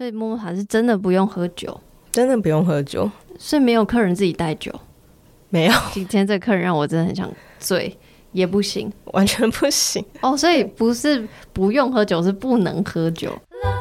所以摸摸茶是真的不用喝酒？ 真的不用喝酒， 所以没有客人自己带酒？ 没有。 今天这个客人让我真的很想醉，也不行， 完全不行。 哦，所以不是不用喝酒，是不能喝酒。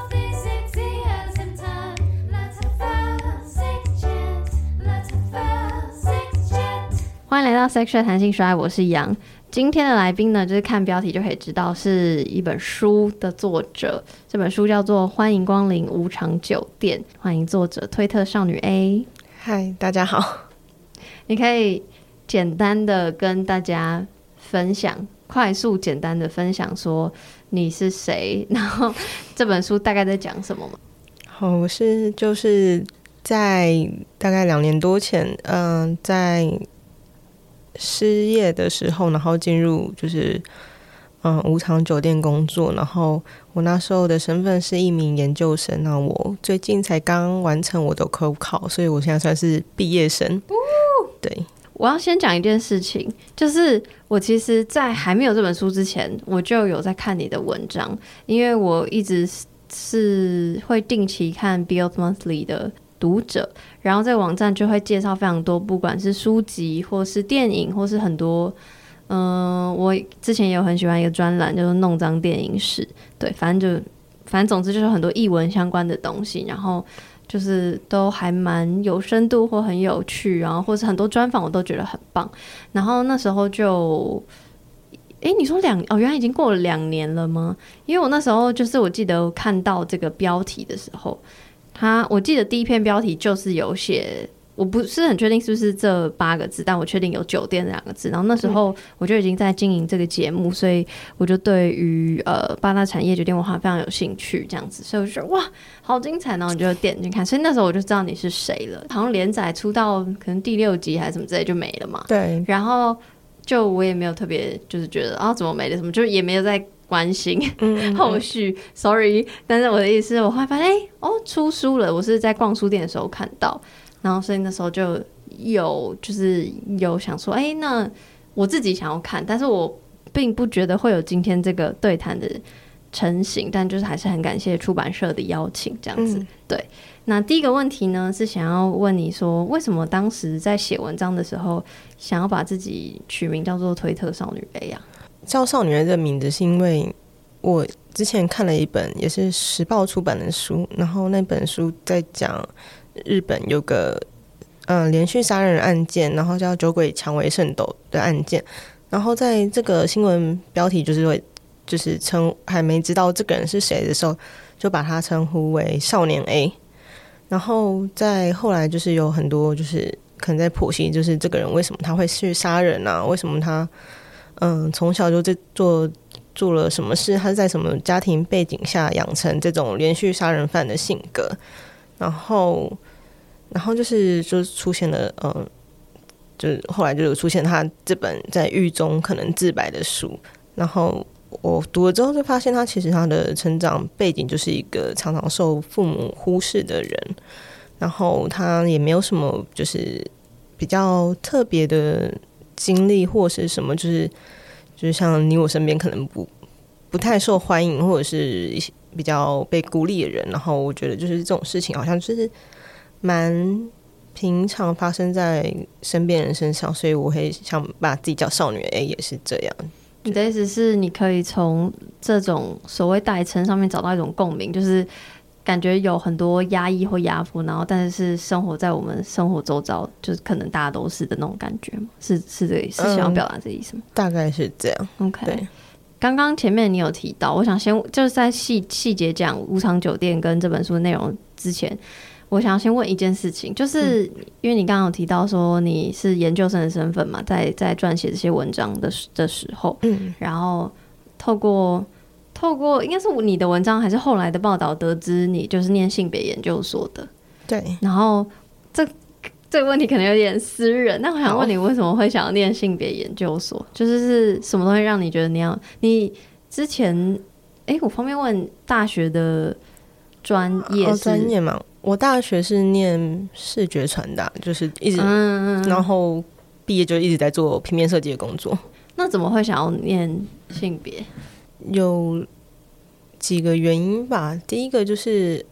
欢迎来到 Section 弹性说爱，我是杨。今天的来宾呢，就是看标题就可以知道是一本书的作者。这本书叫做《欢迎光临无常酒店》，欢迎作者推特少女 A。 嗨，大家好。 你可以简单的跟大家分享，快速简单的分享说你是谁，然后这本书大概在讲什么吗？ 好，我就是在大概2年多前，在失业的时候，然后进入就是无常酒店工作，然后我那时候的身份是一名研究生，那我最近才刚完成我的口考，所以我现在算是毕业生。对， 我要先讲一件事情，就是我其实在还没有这本书之前，我就有在看你的文章，因为我一直是会定期看 Build Monthly 的读者，然后这个网站就会介绍非常多，不管是书籍或是电影或是很多我之前也有很喜欢一个专栏就是弄脏电影史，对，反正总之就是很多艺文相关的东西，然后就是都还蛮有深度或很有趣，然后或是很多专访我都觉得很棒。然后那时候就你说原来已经过了2年了吗？因为我那时候就是我记得看到这个标题的时候，我记得第一篇标题就是有写，我不是很确定是不是这8个字，但我确定有酒店这2个字。然后那时候我就已经在经营这个节目，所以我就对于八大产业酒店文化非常有兴趣，这样子，所以我就觉得哇，好精彩，然后我就点进去看。所以那时候我就知道你是谁了。好像连载出到可能第6集还是什么之类就没了嘛。 对。 然后就我也没有特别就是觉得怎么没了什么，就也没有在关心后续，sorry。但是我的意思是我后来发现出书了，我是在逛书店的时候看到，然后所以那时候就有想说那我自己想要看，但是我并不觉得会有今天这个对谈的成型，但就是还是很感谢出版社的邀请这样子。对，那第一个问题呢是想要问你说，为什么当时在写文章的时候想要把自己取名叫做推特少女 A 啊？ 叫少女 A 这个名字是因为我之前看了一本也是时报出版的书，然后那本书在讲日本有个连续杀人案件，然后叫酒鬼蔷薇圣斗的案件，然后在这个新闻标题就是还没知道这个人是谁的时候，就把他称呼为少年 A。 然后在后来就是有很多就是可能在剖析，就是这个人为什么他会去杀人啊，为什么他从小就做了什么事，他是在什么家庭背景下养成这种连续杀人犯的性格，然后就是出现了就是后来就有出现他这本在狱中可能自白的书，然后我读了之后就发现他其实他的成长背景就是一个常常受父母忽视的人，然后他也没有什么就是比较特别的经历或是什么，就是像你我身边可能不太受欢迎或者是比较被孤立的人，然后我觉得就是这种事情好像就是蛮平常发生在身边人身上，所以我会想把自己叫少女 A 也是这样。 你的意思是你可以从这种所谓代称上面找到一种共鸣，就是感觉有很多压抑或压迫，然后但是生活在我们生活周遭，就是可能大家都是的那种感觉吗？是这个意思，是想要表达这个意思吗？ 大概是这样。 OK。 对， 刚刚前面你有提到，我想先就是在细节讲无常酒店跟这本书的内容之前，我想要先问一件事情，就是因为你刚刚有提到说你是研究生的身份嘛，在撰写这些文章的时候，然后透过应该是你的文章还是后来的报道得知你就是念性别研究所的。 对， 然后这个问题可能有点私人，那我想问你为什么会想要念性别研究所，就是什么东西让你觉得你之前我方便问大学的专业是专业嘛？我大学是念视觉传达，就是一直然后毕业就一直在做平面设计的工作。 那怎么会想要念性别？ 有几个原因吧。第一个就是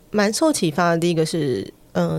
蛮受启发的。第一个是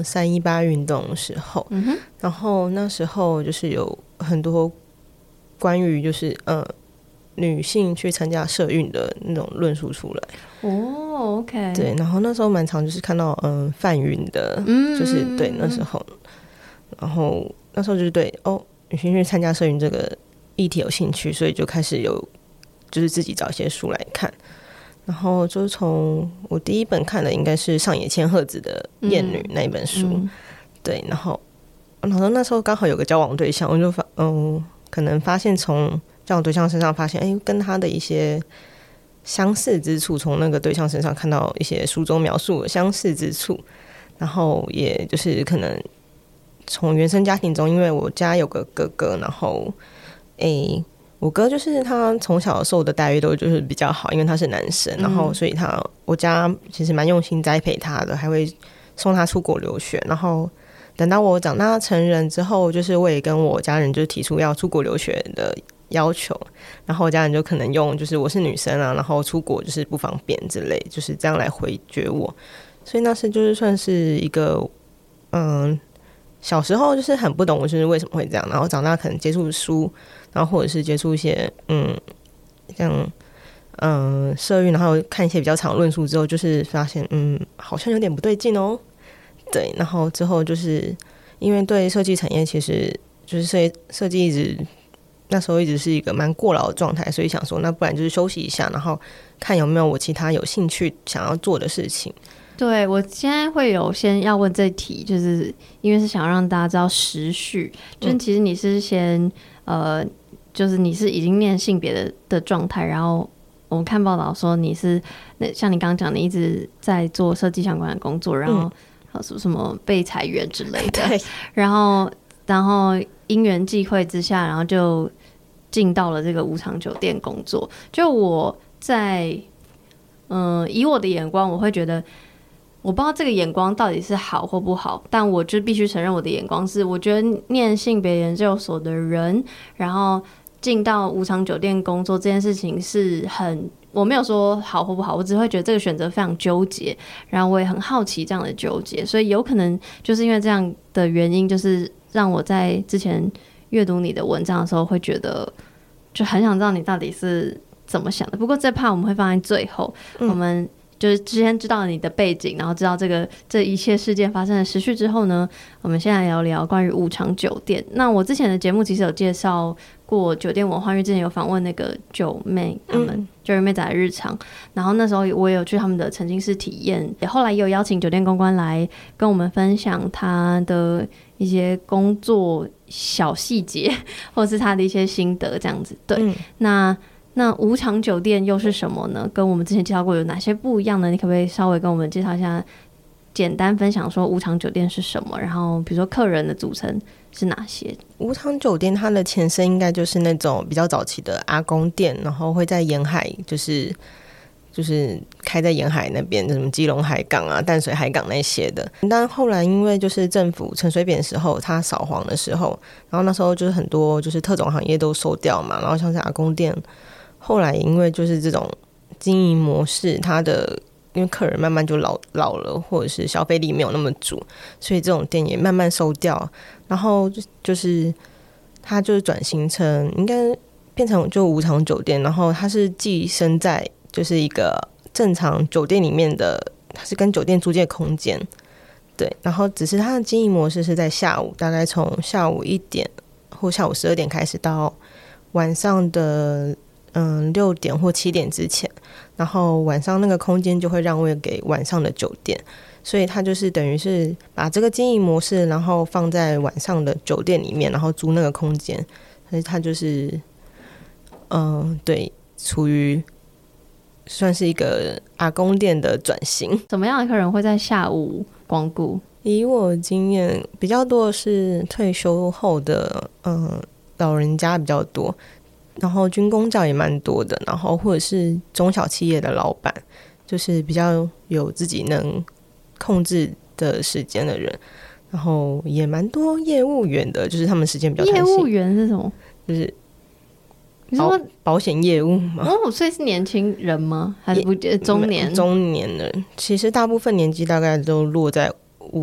318运动的时候，然后那时候就是有很多关于就是女性去参加社运的那种论述出来。 哦 ，OK， 对，然后那时候蛮常就是看到范云的，就是对那时候，然后那时候就是对女性去参加社运这个议题有兴趣，所以就开始有就是自己找一些书来看。然后就是从我第一本看的应该是上野千鹤子的《厌女》那一本书，对，然后那时候刚好有个交往对象，我就可能发现从交往对象身上发现，跟他的一些相似之处，从那个对象身上看到一些书中描述的相似之处，然后也就是可能从原生家庭中，因为我家有个哥哥，然后我哥就是他从小受的待遇都就是比较好，因为他是男生，然后所以我家其实蛮用心栽培他的，还会送他出国留学。然后等到我长大成人之后，就是我也跟我家人就提出要出国留学的要求，然后我家人就可能用就是我是女生啊，然后出国就是不方便之类，就是这样来回绝我。所以那是就是算是一个小时候就是很不懂我就是为什么会这样，然后长大可能接触书，然后或者是接触一些像社运，然后看一些比较长的论述之后，就是发现好像有点不对劲哦。对，然后之后就是因为对设计产业其实就是设计那时候一直是一个蛮过劳的状态，所以想说那不然就是休息一下，然后看有没有我其他有兴趣想要做的事情。 对，我现在会有先要问这一题，就是因为是想让大家知道时序，就是其实你是先就是你是已经念性别的状态，然后我们看报道说你是像你刚刚讲，你一直在做设计相关的工作，然后什么被裁员之类的，然后因缘际会之下，然后就进到了这个无偿酒店工作。就我在以我的眼光，我会觉得。我不知道这个眼光到底是好或不好，但我就必须承认我的眼光是，我觉得念性别研究所的人，然后进到无偿酒店工作这件事情是我没有说好或不好，我只会觉得这个选择非常纠结，然后我也很好奇这样的纠结，所以有可能就是因为这样的原因，就是让我在之前阅读你的文章的时候，会觉得就很想知道你到底是怎么想的。不过这 part 我们会放在最后，我们。就是之前知道你的背景，然后知道这一切事件发生的时序之后呢，我们现在聊聊关于无偿酒店。那我之前的节目其实有介绍过酒店文化，因为之前有访问那个九妹他们九妹仔的日常，然后那时候我也有去他们的沉浸式体验，后来也有邀请酒店公关来跟我们分享他的一些工作小细节，或者是他的一些心得这样子。对，那无偿酒店又是什么呢？跟我们之前介绍过有哪些不一样呢？你可不可以稍微跟我们介绍一下，简单分享说无偿酒店是什么？然后比如说客人的组成是哪些？ 无偿酒店它的前身应该就是那种比较早期的阿公店，然后会在沿海，就是开在沿海那边，什么基隆海港啊、淡水海港那些的。但后来因为就是政府陈水扁的时候，他扫黄的时候，然后那时候就是很多就是特种行业都收掉嘛，然后像是阿公店。后来因为就是这种经营模式，因为客人慢慢就老了，或者是消费力没有那么足，所以这种店也慢慢收掉。然后就是它就是转型成应该变成就无偿酒店，然后它是寄生在就是一个正常酒店里面的，它是跟酒店租借空间，对。然后只是它的经营模式是在下午，大概从下午1点或下午12点开始到晚上的6点或7点之前，然后晚上那个空间就会让位给晚上的酒店，所以它就是等于是把这个经营模式，然后放在晚上的酒店里面，然后租那个空间，所以它就是对，处于算是一个阿公店的转型。 什么样的客人会在下午光顾？ 以我经验，比较多的是退休后的老人家比较多。然后军公教也蛮多的，然后或者是中小企业的老板，就是比较有自己能控制的时间的人，然后也蛮多业务员的，就是他们时间比较弹性。 业务员是什么？ 就是你说保险业务嘛。 哦，所以是年轻人吗？还是中年？ 中年人，其实大部分年纪大概都落在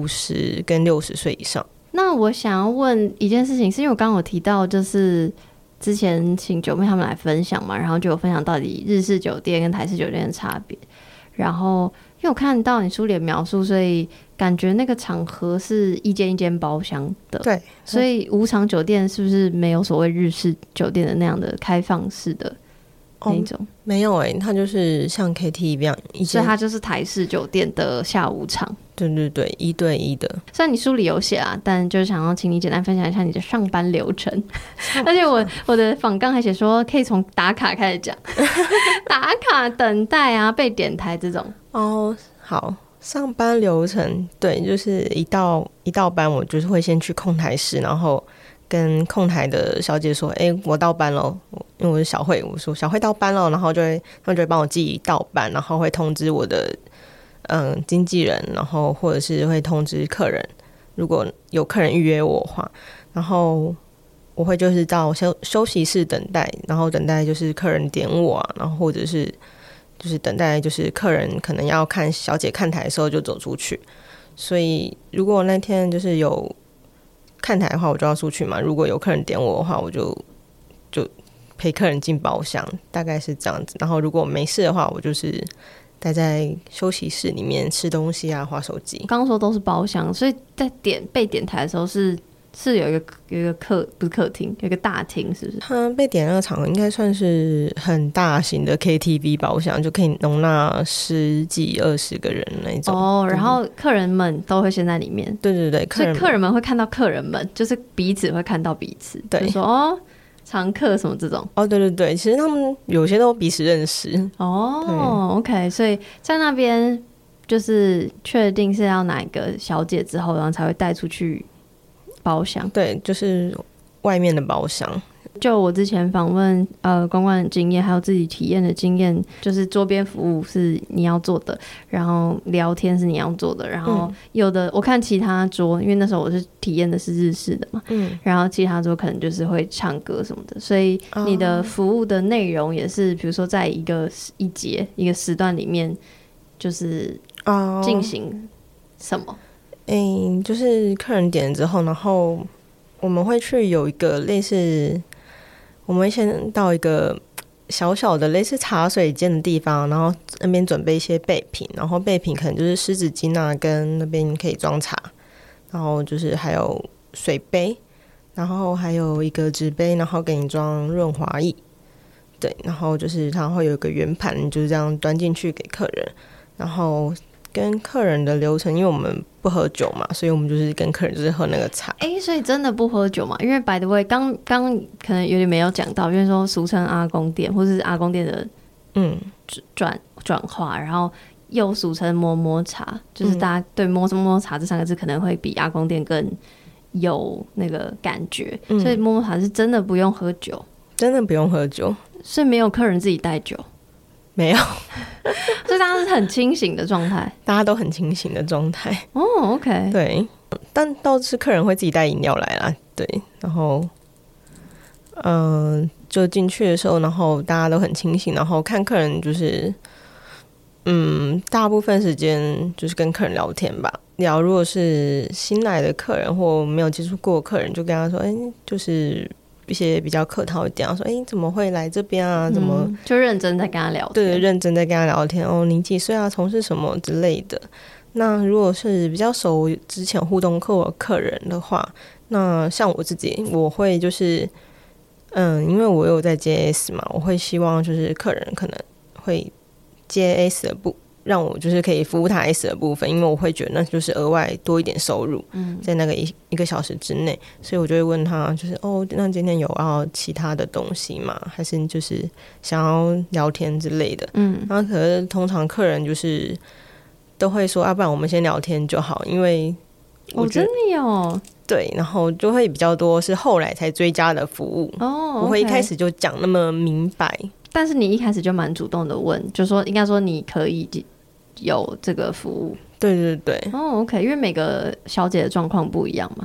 50跟60岁以上。 那我想要问一件事情，是因为我刚刚有提到，就是之前请九妹他们来分享嘛，然后就有分享到底日式酒店跟台式酒店的差别。然后因为我看到你书里的描述，所以感觉那个场合是一间一间包厢的。 对， 所以无偿酒店是不是没有所谓日式酒店的那样的开放式的那一种？ 没有它就是像 KTV 一样， 所以它就是台式酒店的下午场。 对对对，1对1的。 虽然你书里有写啊，但就是想要请你简单分享一下你的上班流程。而且我的访纲还写说可以从打卡开始讲，打卡、等待啊、被点台这种。 好，上班流程，对，就是一到班，我就是会先去控台室，然后跟控台的小姐说，我到班了，因为我是小慧，我说小慧到班了，然后他们就会帮我记到班，然后会通知我的经纪人，然后或者是会通知客人，如果有客人预约我的话，然后我会就是到休息室等待，然后等待就是客人点我啊，然后或者是就是等待就是客人可能要看小姐看台的时候就走出去。所以如果那天就是有看台的话，我就要出去嘛，如果有客人点我的话，我就陪客人进包厢，大概是这样子。然后如果没事的话，我就是待在休息室里面吃东西啊，滑手机。 刚刚说都是包厢，所以在被点台的时候是有一个不是客厅，有一个大厅，是不是？ 他被点那个场合应该算是很大型的 KTV 包厢，就可以容纳10几20个人那种。 然后客人们都会先在里面。 对对对， 所以客人们会看到客人们，就是彼此会看到彼此。对，就说常客什么这种。 对对对，其实他们有些都彼此认识。 OK， 所以在那边就是确定是要哪一个小姐之后，然后才会带出去包厢。 对，就是外面的包厢。 就我之前访问公关的经验，还有自己体验的经验，就是桌边服务是你要做的，然后聊天是你要做的，然后有的我看其他桌，因为那时候我是体验的是日式的嘛，然后其他桌可能就是会唱歌什么的，所以你的服务的内容也是，比如说在一个时段里面，就是进行什么？ 就是客人点了之后，然后我们会去有一个类似。我们会先到一个小小的类似茶水间的地方，然后那边准备一些备品，然后备品可能就是湿纸巾啊，跟那边可以装茶，然后就是还有水杯，然后还有一个纸杯，然后给你装润滑液，对，然后就是它会有一个圆盘，就是这样端进去给客人，然后跟客人的流程，因为我们不喝酒嘛，所以我们就是跟客人就是喝那个茶。 所以真的不喝酒嘛？因为 by the way， 刚可能有点没有讲到，因为说俗称阿公店，或是阿公店的转化，然后又俗称摸摸茶，就是大家对摸摸茶这3个字可能会比阿公店更有那个感觉，所以摸摸茶是真的不用喝酒， 真的不用喝酒， 所以没有客人自己带酒。 没有， 所以大家是很清醒的状态， 大家都很清醒的状态。 OK， 对，但倒是客人会自己带饮料来啦，对，然后，就进去的时候，然后大家都很清醒，然后看客人就是，大部分时间就是跟客人聊天吧，聊如果是新来的客人或没有接触过的客人，就跟他说，就是一些比较客套一点，说怎么会来这边啊？怎么就认真在跟他聊天？ 对，认真在跟他聊天。你几岁啊？从事什么之类的。那如果是比较熟之前互动过的客人的话，那像我自己，我会就是因为我有在接 S 嘛，我会希望就是客人可能会接 S 的让我就是可以服务他 S 的部分，因为我会觉得那就是额外多一点收入，在那个一个小时之内，所以我就会问他，就是那今天有要其他的东西吗？还是就是想要聊天之类的？然后可是通常客人就是都会说，不然我们先聊天就好，因为我觉得真的有对，然后就会比较多是后来才追加的服务我会一开始就讲那么明白。 但是你一开始就蛮主动的问，就说应该说你可以有这个服务。 对对对。 OK， 因为每个小姐的状况不一样嘛。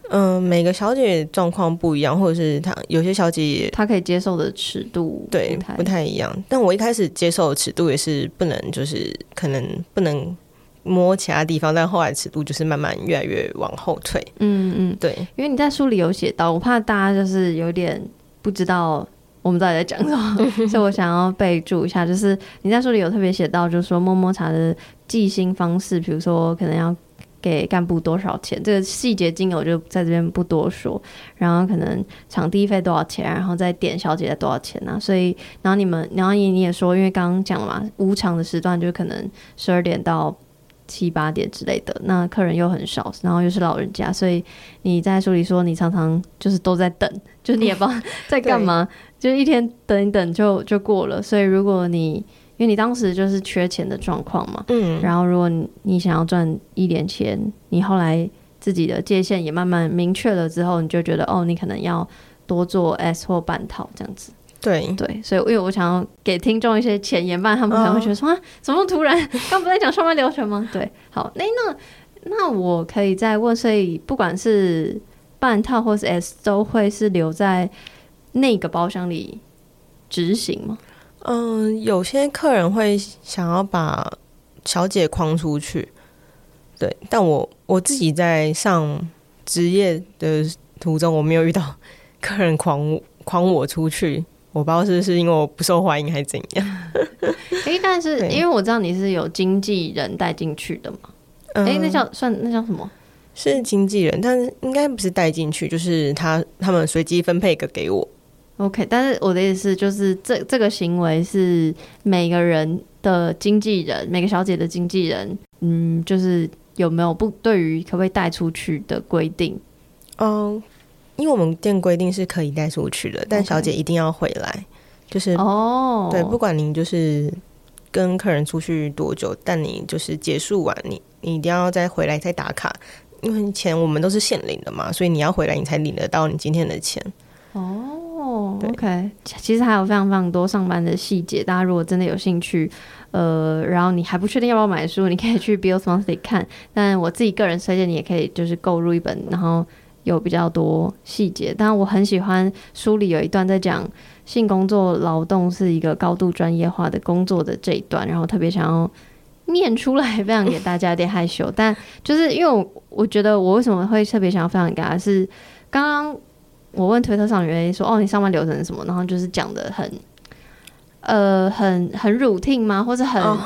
每个小姐状况不一样，或者是有些小姐也她可以接受的尺度对不太一样。但我一开始接受的尺度也是不能，就是可能不能摸其他地方，但后来尺度就是慢慢越来越往后退。对， 因为你在书里有写到，我怕大家就是有点不知道我们到底在讲什么，所以我想要备注一下，就是你在书里有特别写到，就是说摸摸茶的计薪方式，比如说可能要给干部多少钱，这个细节金额我就在这边不多说，然后可能场地费多少钱，然后再点小姐的多少钱啊，所以然后你也说，因为刚刚讲了嘛，无偿的时段就可能12点到7、8点之类的，那客人又很少，然后又是老人家，所以你在书里说你常常就是都在等，就你也不知道在干嘛，就一天等一等就过了。所以如果因为你当时就是缺钱的状况嘛，然后如果你想要赚一点钱，你后来自己的界限也慢慢明确了之后，你就觉得你可能要多做 S 或半套这样子。对，所以因为我想要给听众一些前言，不然他们可能会觉得说怎么突然刚不在讲上班流程吗？对，好，那我可以再问，所以不管是半套或是 S 都会是留在那个包厢里执行吗？ 有些客人会想要把小姐框出去，对，但我自己在上职业的途中，我没有遇到客人框我出去，我不知道是不是因为我不受欢迎还是怎样。 但是因为我知道你是有经纪人带进去的嘛，那叫什么？ 是经纪人，但是应该不是带进去，就是他们随机分配一个给我。 OK， 但是我的意思就是这个行为是每个人的经纪人，每个小姐的经纪人，就是有没有对于可不可以带出去的规定？ 因为我们店规定是可以带出去的，但小姐一定要回来，就是对，不管您就是跟客人出去多久，但你就是结束完，你一定要再回来再打卡，因为钱我们都是现领的嘛，所以你要回来你才领得到你今天的钱。 OK， 其实还有非常非常多上班的细节，大家如果真的有兴趣，然后你还不确定要不要买书，你可以去 Bill's Monthly 看。但我自己个人推荐，你也可以就是购入一本，然后有比较多细节。当然，我很喜欢书里有一段在讲性工作劳动是一个高度专业化的工作的这一段，然后特别想要念出来分享给大家，有点害羞，但就是因为我觉得我为什么会特别想要分享给大家是刚刚。我问推特上有人说你上班流程是什么，然后就是讲的很routine 吗，或是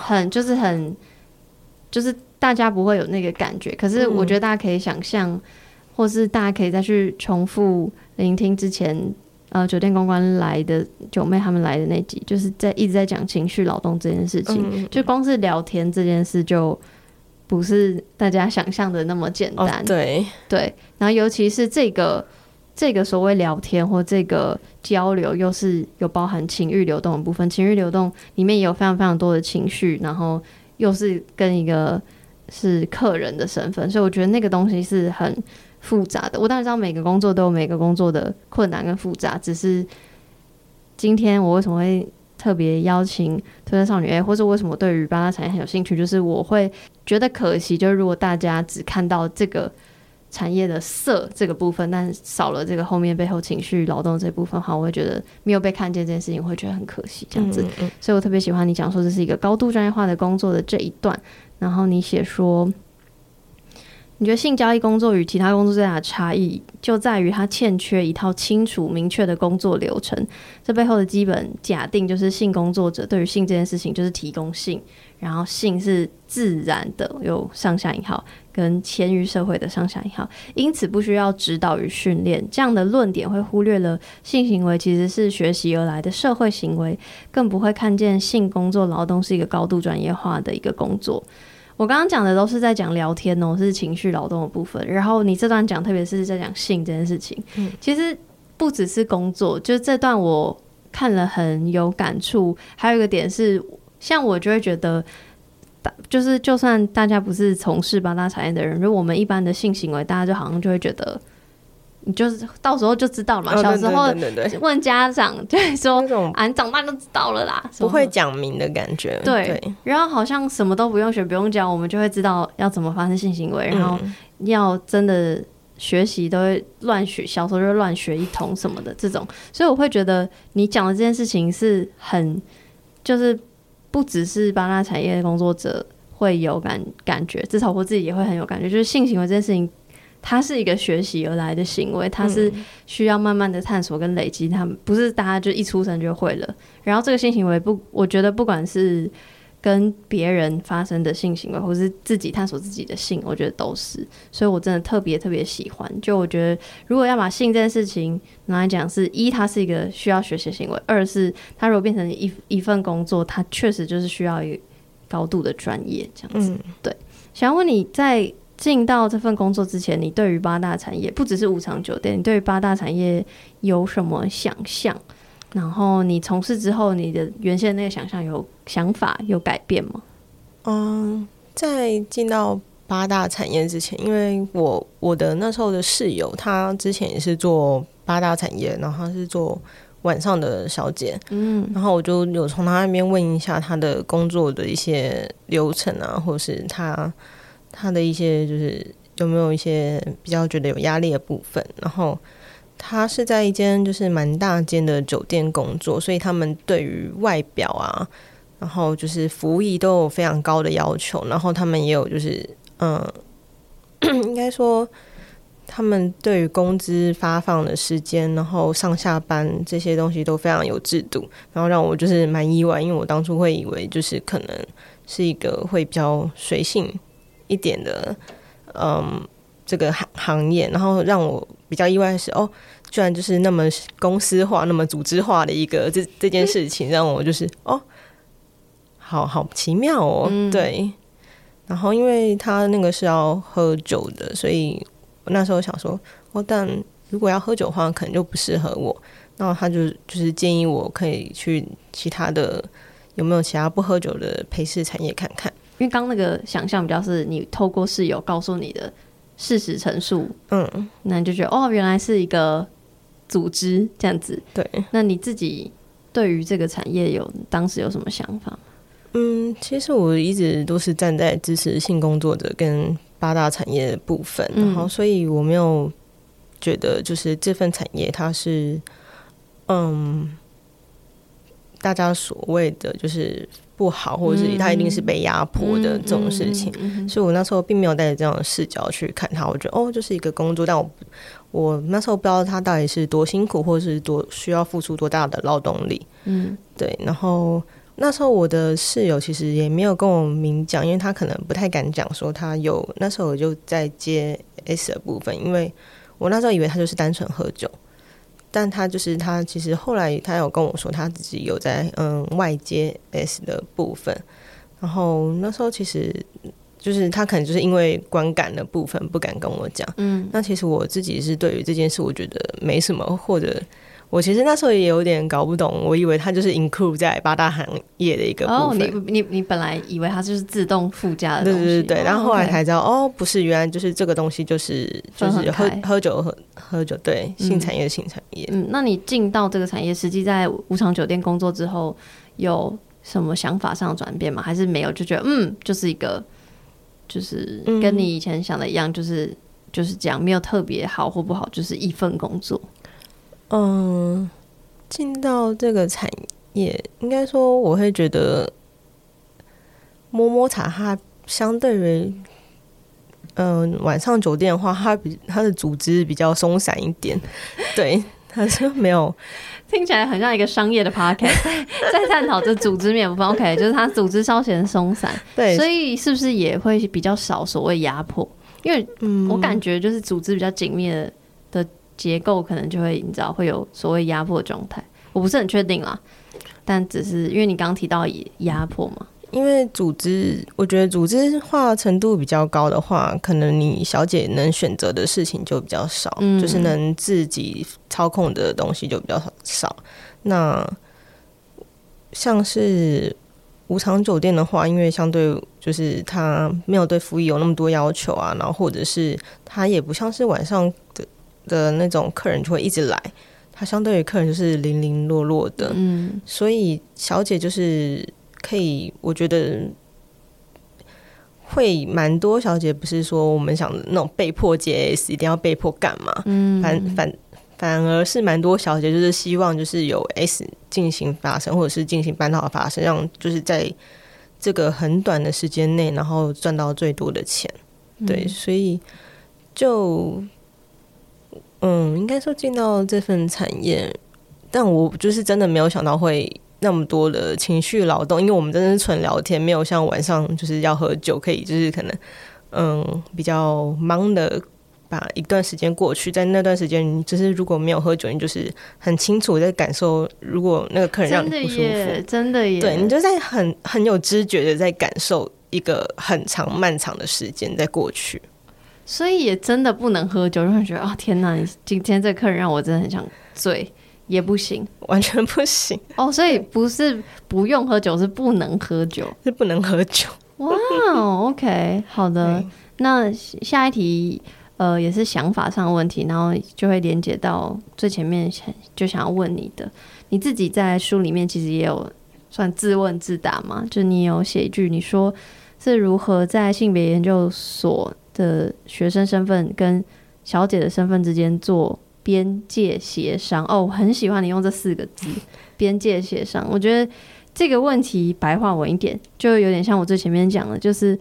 就是大家不会有那个感觉，可是我觉得大家可以想象，或是大家可以再去重复聆听之前酒店公关来的九妹他们来的那集，就是一直在讲情绪劳动这件事情，就光是聊天这件事就不是大家想象的那么简单。 对， 然后尤其是这个所谓聊天或这个交流又是有包含情欲流动的部分，情欲流动里面也有非常非常多的情绪，然后又是跟一个是客人的身份，所以我觉得那个东西是很复杂的。我当然知道每个工作都有每个工作的困难跟复杂，只是今天我为什么会特别邀请推特少女 A， 或者为什么对于八大产业很有兴趣，就是我会觉得可惜，就是如果大家只看到这个产业的色这个部分，但少了这个后面背后情绪劳动这部分的话，我会觉得没有被看见这件事情，我会觉得很可惜这样子。所以我特别喜欢你讲说这是一个高度专业化的工作的这一段，然后你写说你觉得性交易工作与其他工作最大的差异就在于它欠缺一套清楚明确的工作流程，这背后的基本假定就是性工作者对于性这件事情就是提供性，然后性是自然的，有上下引号跟迁于社会的上下引号，因此不需要指导与训练。这样的论点会忽略了性行为其实是学习而来的社会行为，更不会看见性工作劳动是一个高度专业化的一个工作。我刚刚讲的都是在讲聊天是情绪劳动的部分，然后你这段讲特别是在讲性这件事情，其实不只是工作，就这段我看了很有感触。还有一个点是，像我就会觉得就是就算大家不是从事八大产业的人，如果我们一般的性行为，大家就好像就会觉得你就是到时候就知道了嘛。小时候问家长就会说你长大就知道了啦， 不会讲明的感觉。对， 然后好像什么都不用学不用教，我们就会知道要怎么发生性行为，然后要真的学习都会乱学，小时候就乱学一通什么的这种，所以我会觉得你讲的这件事情是很，就是不只是八大产业的工作者会有感觉，至少我自己也会很有感觉，就是性行为这件事情。它是一个学习而来的行为，它是需要慢慢的探索跟累积，它不是大家就一出生就会了。然后这个性行为我觉得不管是跟别人发生的性行为，或是自己探索自己的性，我觉得都是。所以我真的特别特别喜欢。就我觉得，如果要把性这件事情拿来讲，是一，它是一个需要学习的行为；二是它如果变成一份工作，它确实就是需要一个高度的专业这样子。对，想要问你在进到这份工作之前，你对于八大产业不只是五常酒店，你对于八大产业有什么想象？然后你从事之后，你的原先的那个想法有改变吗？ 在进到八大产业之前，因为我的那时候的室友，他之前也是做八大产业，然后他是做晚上的小姐，然后我就有从他那边问一下他的工作的一些流程啊，或是他的一些就是有没有一些比较觉得有压力的部分。然后他是在一间就是蛮大间的酒店工作，所以他们对于外表啊，然后就是服务役都有非常高的要求。然后他们也有就是应该说他们对于工资发放的时间，然后上下班这些东西都非常有制度，然后让我就是蛮意外，因为我当初会以为就是可能是一个会比较随性一点的这个行业，然后让我比较意外的是居然就是那么公司化那么组织化的一个这件事情，让我就是好奇妙对。然后因为他那个是要喝酒的，所以我那时候想说但如果要喝酒的话可能就不适合我，然后他就是建议我可以去其他的，有没有其他不喝酒的陪侍产业看看。 因为刚那个想象比较是你透过室友告诉你的事实陈述，那你就觉得原来是一个组织这样子。 对， 那你自己对于这个产业当时有什么想法？ 其实我一直都是站在支持性工作者跟八大产业的部分，然后所以我没有觉得就是这份产业它是大家所谓的就是不好，或者是它一定是被压迫的这种事情，所以我那时候并没有带着这样的视角去看它。我觉得就是一个工作，但我那时候不知道它到底是多辛苦，或者是多需要付出多大的劳动力。对。然后那时候我的室友其实也没有跟我明讲，因为他可能不太敢讲说他有，那时候我就在接 S 的部分，因为我那时候以为他就是单纯喝酒。但他其实后来他有跟我说他自己有在外接 S 的部分，然后那时候其实就是他可能就是因为观感的部分不敢跟我讲，那其实我自己是对于这件事我觉得没什么，或者我其实那时候也有点搞不懂，我以为它就是 include 在八大行业的一个部分。 你本来以为它就是自动附加的东西， 对，然后后来才知道不是，原来就是这个东西就是喝酒对，性产业的性产业。 那你进到这个产业，实际在五常酒店工作之后，有什么想法上的转变吗？还是没有，就觉得就是一个就是跟你以前想的一样，就是这样，没有特别好或不好，就是一份工作。 进到这个产业，应该说我会觉得摸茶它相对于晚上酒店的话，它的组织比较松散一点，对，它是没有听起来很像一个商业的 podcast 在探讨这组织面部分。OK， 就是它组织稍显松散，对，所以是不是也会比较少所谓压迫？因为我感觉就是组织比较紧密的结构可能就会你知道会有所谓压迫的状态，我不是很确定啦，但只是因为你刚刚提到压迫嘛， 因为我觉得组织化程度比较高的话，可能你小姐能选择的事情就比较少，就是能自己操控的东西就比较少。那像是五常酒店的话，因为相对就是它没有对服务有那么多要求啊，然后或者是它也不像是晚上的那种客人就会一直来，他相对于客人就是零零落落的，所以小姐就是可以，我觉得会蛮多小姐不是说我们想的那种被迫接 S 一定要被迫干嘛，反而是蛮多小姐就是希望就是有 S 进行发生，或者是进行半套的发生，让就是在这个很短的时间内然后赚到最多的钱。对，所以就应该说进到这份产业，但我就是真的没有想到会那么多的情绪劳动，因为我们真的是纯聊天，没有像晚上就是要喝酒可以就是可能比较忙的把一段时间过去，在那段时间就是如果没有喝酒，你就是很清楚在感受如果那个客人让你不舒服， 真的耶， 对，你就在很有知觉的在感受一个很长漫长的时间在过去， 所以也真的不能喝酒，就会觉得哦天哪，你今天这个客人让我真的很想醉，也不行， 完全不行哦。所以不是不用喝酒，是不能喝酒， 是不能喝酒。 哇，OK， 好的。那下一题，也是想法上的问题，然后就会连接到最前面就想要问你的。你自己在书里面其实也有算自问自答嘛，就你有写一句，你说是如何在性别研究所的学生身份跟小姐的身份之间做边界协商。哦，我很喜欢你用这4个字，边界协商。我觉得这个问题白话文一点，就有点像我最前面讲的，就是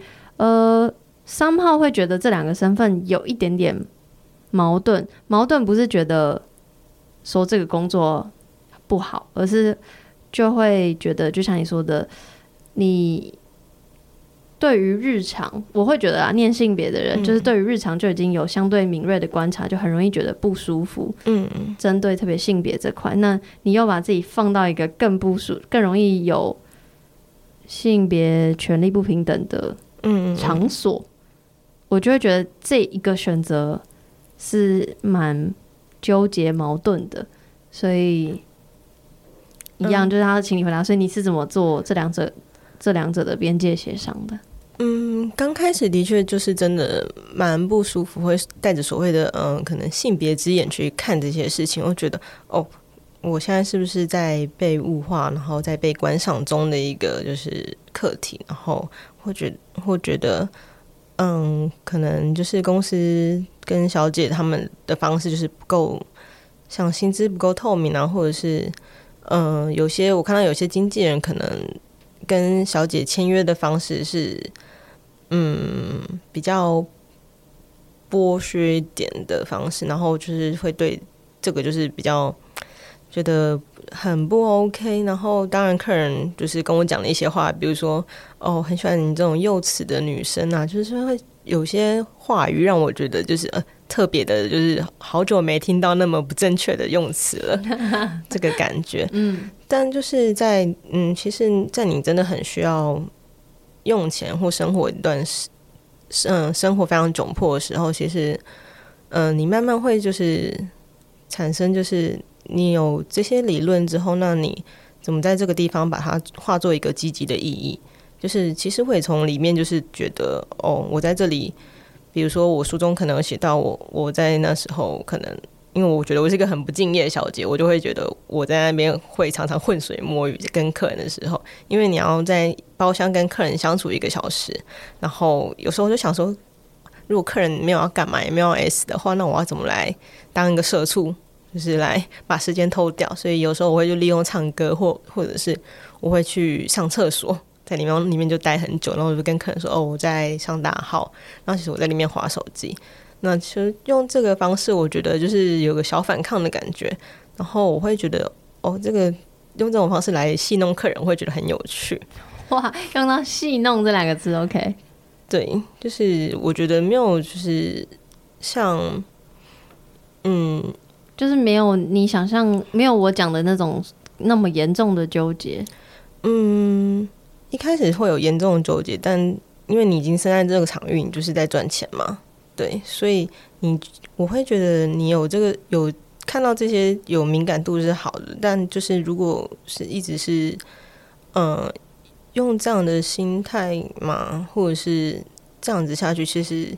somehow会觉得这2个身份有一点点矛盾。矛盾不是觉得说这个工作不好，而是就会觉得，就像你说的，你对于日常，我会觉得啊，念性别的人，就是对于日常就已经有相对敏锐的观察，就很容易觉得不舒服。针对特别性别这块，那你又把自己放到一个更不舒、更容易有性别权利不平等的场所，我就会觉得这一个选择是蛮纠结矛盾的。所以一样，就是他请你回答，所以你是怎么做这两者的边界协商的？ 刚开始的确就是真的蛮不舒服，会带着所谓的可能性别之眼去看这些事情，我觉得我现在是不是在被物化，然后在被观赏中的一个就是课题，然后会觉得可能就是公司跟小姐他们的方式就是不够，像薪资不够透明啊，或者是有些我看到有些经纪人可能跟小姐签约的方式是比较剥削一点的方式，然后就是会对这个就是比较觉得很不 OK。然后当然客人就是跟我讲了一些话，比如说很喜欢你这种幼齿的女生啊，就是会有些话语让我觉得就是特别的，就是好久没听到那么不正确的用词了这个感觉。但就是在其实在你真的很需要用钱或生活一段生活非常窘迫的时候，其实你慢慢会就是产生，就是你有这些理论之后，那你怎么在这个地方把它化作一个积极的意义？就是其实会从里面就是觉得我在这里，比如说我书中可能有写到我在那时候可能因为我觉得我是一个很不敬业的小姐，我就会觉得我在那边会常常浑水摸鱼跟客人的时候，因为你要在包厢跟客人相处1个小时，然后有时候就想说，如果客人没有要干嘛也没有要 S 的话，那我要怎么来当一个社畜，就是来把时间偷掉。所以有时候我会就利用唱歌或者是我会去上厕所，在里面就待很久，然后我就跟客人说我在上大号，然后其实我在里面滑手机。那其实用这个方式我觉得就是有个小反抗的感觉，然后我会觉得这个用这种方式来戏弄客人我会觉得很有趣。 哇，用到戏弄这2个字 OK。 对，就是我觉得没有就是像就是没有你想象，没有我讲的那种那么严重的纠结。 一开始会有严重的纠结，但因为你已经身在这个场域，你就是在赚钱嘛，对，所以我会觉得你有这个有看到这些有敏感度是好的，但就是如果是一直是用这样的心态嘛，或者是这样子下去，其实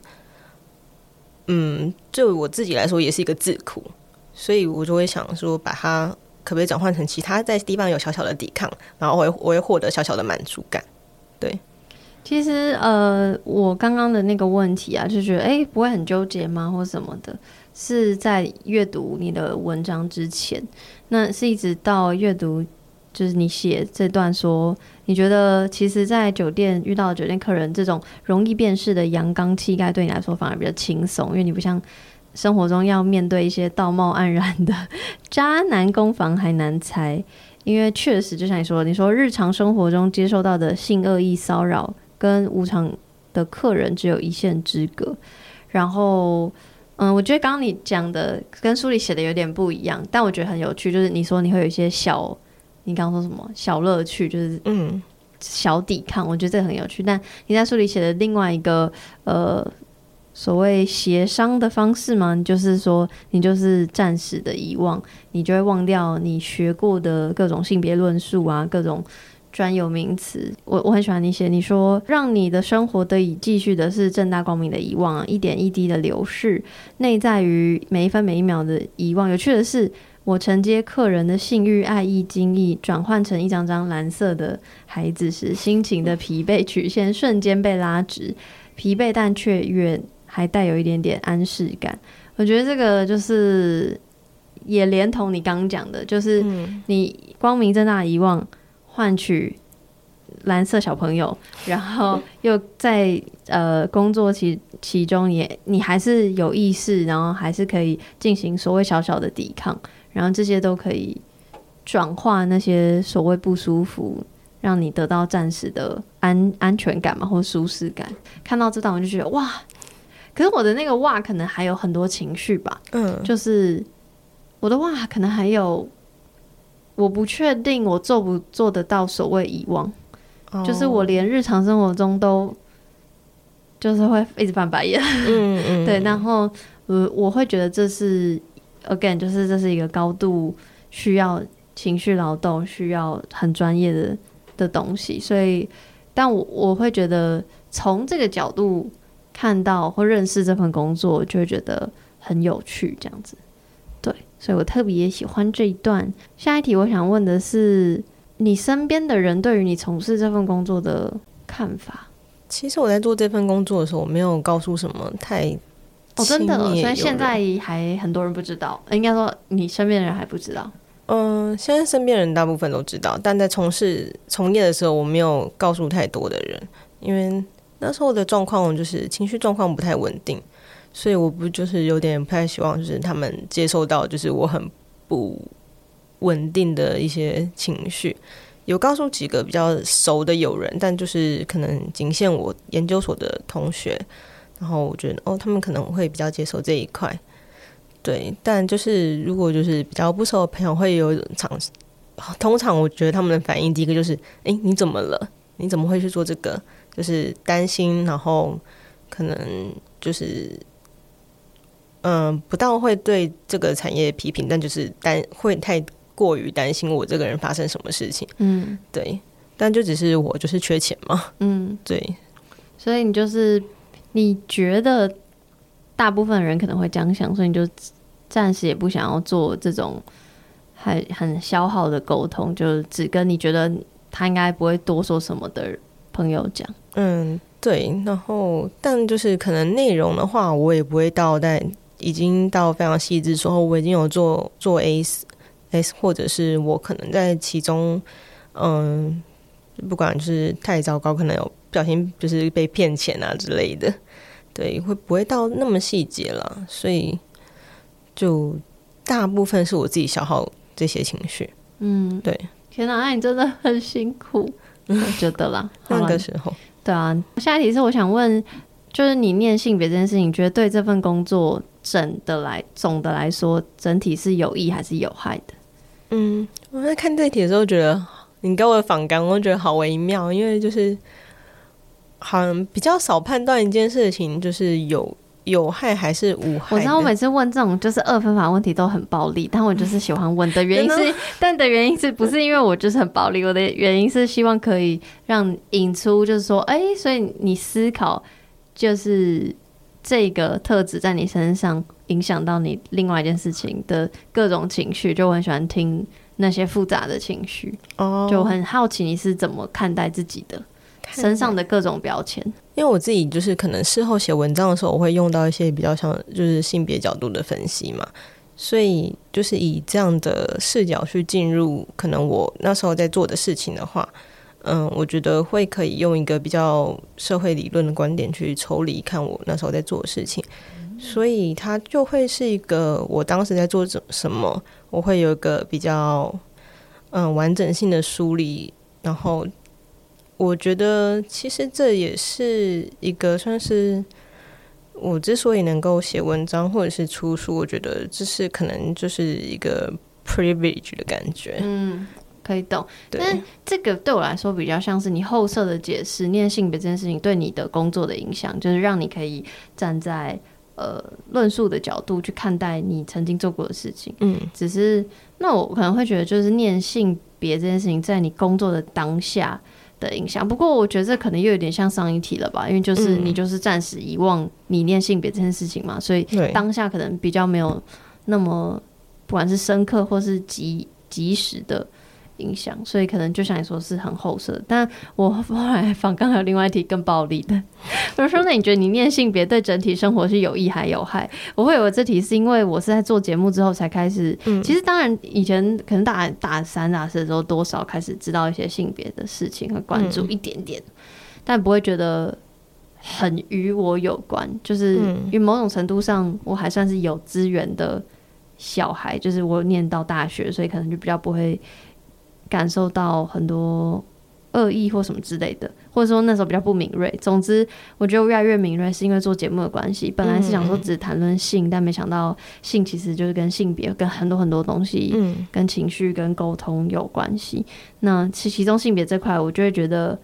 对我自己来说也是一个自苦，所以我就会想说把它可不可以转换成其他在地方有小小的抵抗，然后我会获得小小的满足感。对， 其实我刚刚的那个问题啊，就觉得不会很纠结吗，或什么的，是在阅读你的文章之前，那是一直到阅读就是你写这段说，你觉得其实在酒店遇到酒店客人这种容易辨识的阳刚气概对你来说反而比较轻松，因为你不像生活中要面对一些道貌岸然的渣男攻防还难猜。因为确实就像你说日常生活中接受到的性恶意骚扰跟无偿的客人只有一线之隔。然后我觉得刚刚你讲的跟书里写的有点不一样，但我觉得很有趣，就是你说你会有一些你刚刚说什么小乐趣，就是小抵抗，我觉得这个很有趣。但你在书里写的另外一个所谓协商的方式嘛，就是说你就是暂时的遗忘，你就会忘掉你学过的各种性别论述啊，各种专有名词。我很喜欢你写，你说让你的生活得以继续的是正大光明的遗忘，一点一滴的流逝，内在于每一分每一秒的遗忘。有趣的是，我承接客人的性欲、爱意、惊异，转换成一张张蓝色的孩子时，心情的疲惫曲线瞬间被拉直，疲惫但却还带有一点点安适感。我觉得这个就是也连同你刚刚讲的，就是你光明正大的遗忘换取蓝色小朋友，然后又在工作其中你还是有意识，然后还是可以进行所谓小小的抵抗，然后这些都可以转化那些所谓不舒服，让你得到暂时的安全感嘛，或舒适感。看到这段我就觉得哇，可是我的那个哇可能还有很多情绪吧，就是我的哇可能还有我不确定我做不做得到所谓遗忘，就是我连日常生活中都就是会一直翻白眼对，然后我会觉得这是 again 就是这是一个高度需要情绪劳动，需要很专业的东西，所以但我会觉得从这个角度看到或认识这份工作，就会觉得很有趣这样子。对，所以我特别喜欢这一段。下一题我想问的是，你身边的人对于你从事这份工作的看法？ 其实我在做这份工作的时候，我没有告诉什么太真的，所以现在还很多人不知道，应该说你身边的人还不知道。 现在身边人大部分都知道，但在从业的时候，我没有告诉太多的人，因为那时候的状况就是情绪状况不太稳定，所以我不就是有点不太希望就是他们接受到就是我很不稳定的一些情绪。有告诉几个比较熟的友人，但就是可能仅限我研究所的同学，然后我觉得他们可能会比较接受这一块。对，但就是如果就是比较不熟的朋友会有通常我觉得他们的反应第一个就是你怎么了，你怎么会去做这个，就是担心，然后可能就是不到会对这个产业批评，但就是会太过于担心我这个人发生什么事情。对，但就只是我就是缺钱嘛。对， 所以你觉得大部分人可能会这样想，所以你就暂时也不想要做这种很消耗的沟通，就只跟你觉得他应该不会多说什么的朋友讲。 对，然后但就是可能内容的话，我也不会已经到非常细致，说我已经有做 S， 或者是我可能在其中不管就是太糟糕，可能有不小心就是被骗钱啊之类的，对，不会到那么细节啦，所以就大部分是我自己消耗这些情绪。对。 天哪，那你真的很辛苦，我觉得啦。 那个时候， 对啊。下一题是我想问，就是你念性别这件事情，你觉得对这份工作总的来说，整体是有益还是有害的？ 我在看这题的时候，觉得你给我的访纲，我觉得好微妙，因为就是好像比较少判断一件事情，就是有害还是无害的。 我知道我每次问这种就是二分法问题都很暴力，但我就是喜欢问的原因是但的原因是不是因为我就是很暴力，我的原因是希望可以让引出就是说所以你思考就是这个特质在你身上影响到你另外一件事情的各种情绪，就我很喜欢听那些复杂的情绪。就很好奇你是怎么看待自己的， 身上的各种标签。 因为我自己就是可能事后写文章的时候，我会用到一些比较像就是性别角度的分析嘛，所以就是以这样的视角去进入可能我那时候在做的事情的话，我觉得会可以用一个比较社会理论的观点去抽离看我那时候在做的事情，所以它就会是一个我当时在做什么，我会有一个比较完整性的梳理，然后我觉得其实这也是一个算是我之所以能够写文章或者是出书，我觉得这是可能就是一个 privilege 的感觉。 可以懂，但这个对我来说比较像是你后设的解释，念性别这件事情对你的工作的影响，就是让你可以站在论述的角度去看待你曾经做过的事情。只是那我可能会觉得，就是念性别这件事情在你工作的当下的影响。不过我觉得这可能又有点像上一题了吧，因为就是你就是暂时遗忘你念性别这件事情嘛，所以当下可能比较没有那么不管是深刻或是及时的影响，所以可能就像你说是很后设。但我后来访刚还有另外一题更暴力的，我就说那你觉得你念性别对整体生活是有益还有害？我会有这题是因为我是在做节目之后才开始，其实当然以前可能大三大四的时候多少开始知道一些性别的事情，会关注一点点，但不会觉得很与我有关，就是因为某种程度上我还算是有资源的小孩，就是我念到大学，所以可能就比较不会感受到很多恶意或什么之类的，或者说那时候比较不敏锐。总之我觉得我越来越敏锐是因为做节目的关系，本来是想说只谈论性，但没想到性其实就是跟性别跟很多很多东西，跟情绪跟沟通有关系。那其中性别这块我就会觉得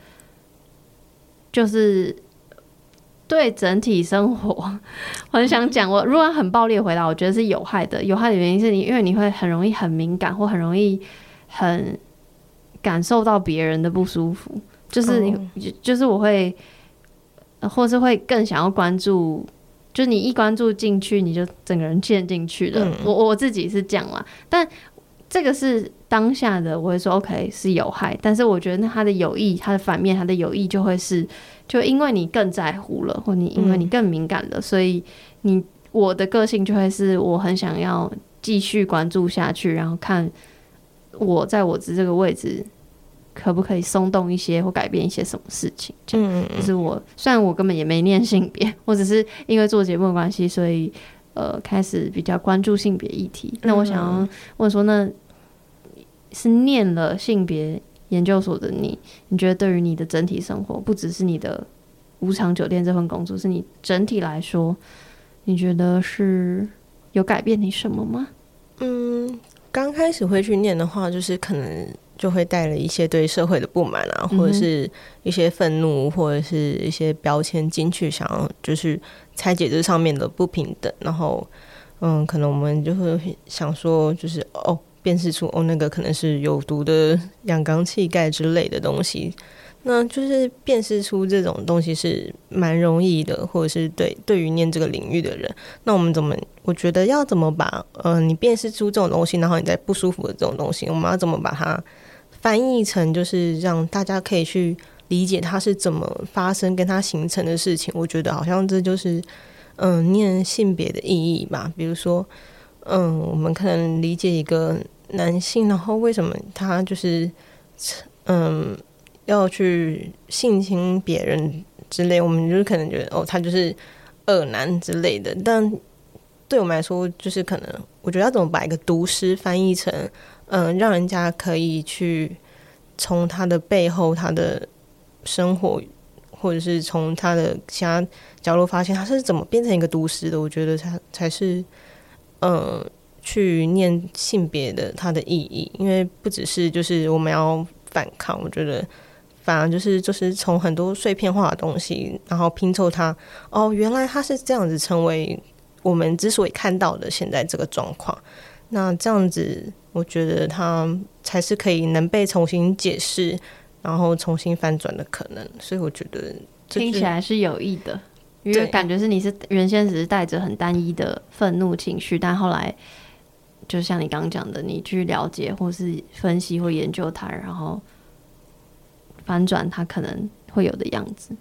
就是对整体生活我很想讲，我如果很暴力的回答，我觉得是有害的。有害的原因是因为你会很容易很敏感，或很容易很感受到别人的不舒服，就是就是我会或是会更想要关注，就是你一关注进去你就整个人陷进去了。我自己是这样啦，但这个是当下的，我会说 OK 是有害，但是我觉得它的有益，它的反面，它的有益就会是就因为你更在乎了，或你因为你更敏感了，所以我的个性就会是我很想要继续关注下去，然后看我在我这个位置可不可以松动一些或改变一些什么事情。就是我虽然我根本也没念性别，我只是因为做节目的关系，所以开始比较关注性别议题。那我想要问说，那是念了性别研究所的你觉得对于你的整体生活，不只是你的无偿酒店这份工作，是你整体来说，你觉得是有改变你什么吗？ 刚开始会去念的话，就是可能就会带了一些对社会的不满啊，或者是一些愤怒，或者是一些标签进去，想要就是拆解这上面的不平等。然后可能我们就会想说，就是辨识出那个可能是有毒的阳刚气概之类的东西。那就是辨识出这种东西是蛮容易的，或者是对于念这个领域的人，那我觉得要怎么把你辨识出这种东西，然后你在不舒服的这种东西，我们要怎么把它翻译成就是让大家可以去理解它是怎么发生跟它形成的事情。我觉得好像这就是念性别的意义吧。比如说我们可能理解一个男性，然后为什么他就是要去性侵别人之类，我们就是可能觉得他就是恶男之类的。但对我们来说，就是可能我觉得要怎么把一个毒师翻译成让人家可以去从他的背后他的生活，或者是从他的其他角落发现他是怎么变成一个毒师的。我觉得才是去念性别的它的意义。因为不只是就是我们要反抗，我觉得反而就是从很多碎片化的东西，然后拼凑它，原来它是这样子成为我们之所以看到的现在这个状况。那这样子我觉得它才是可以能被重新解释，然后重新翻转的可能。所以我觉得听起来是有益的，因为感觉是你是原先只是带着很单一的愤怒情绪，但后来就像你刚刚讲的，你去了解或是分析或研究它，然后翻转它可能会有的样子。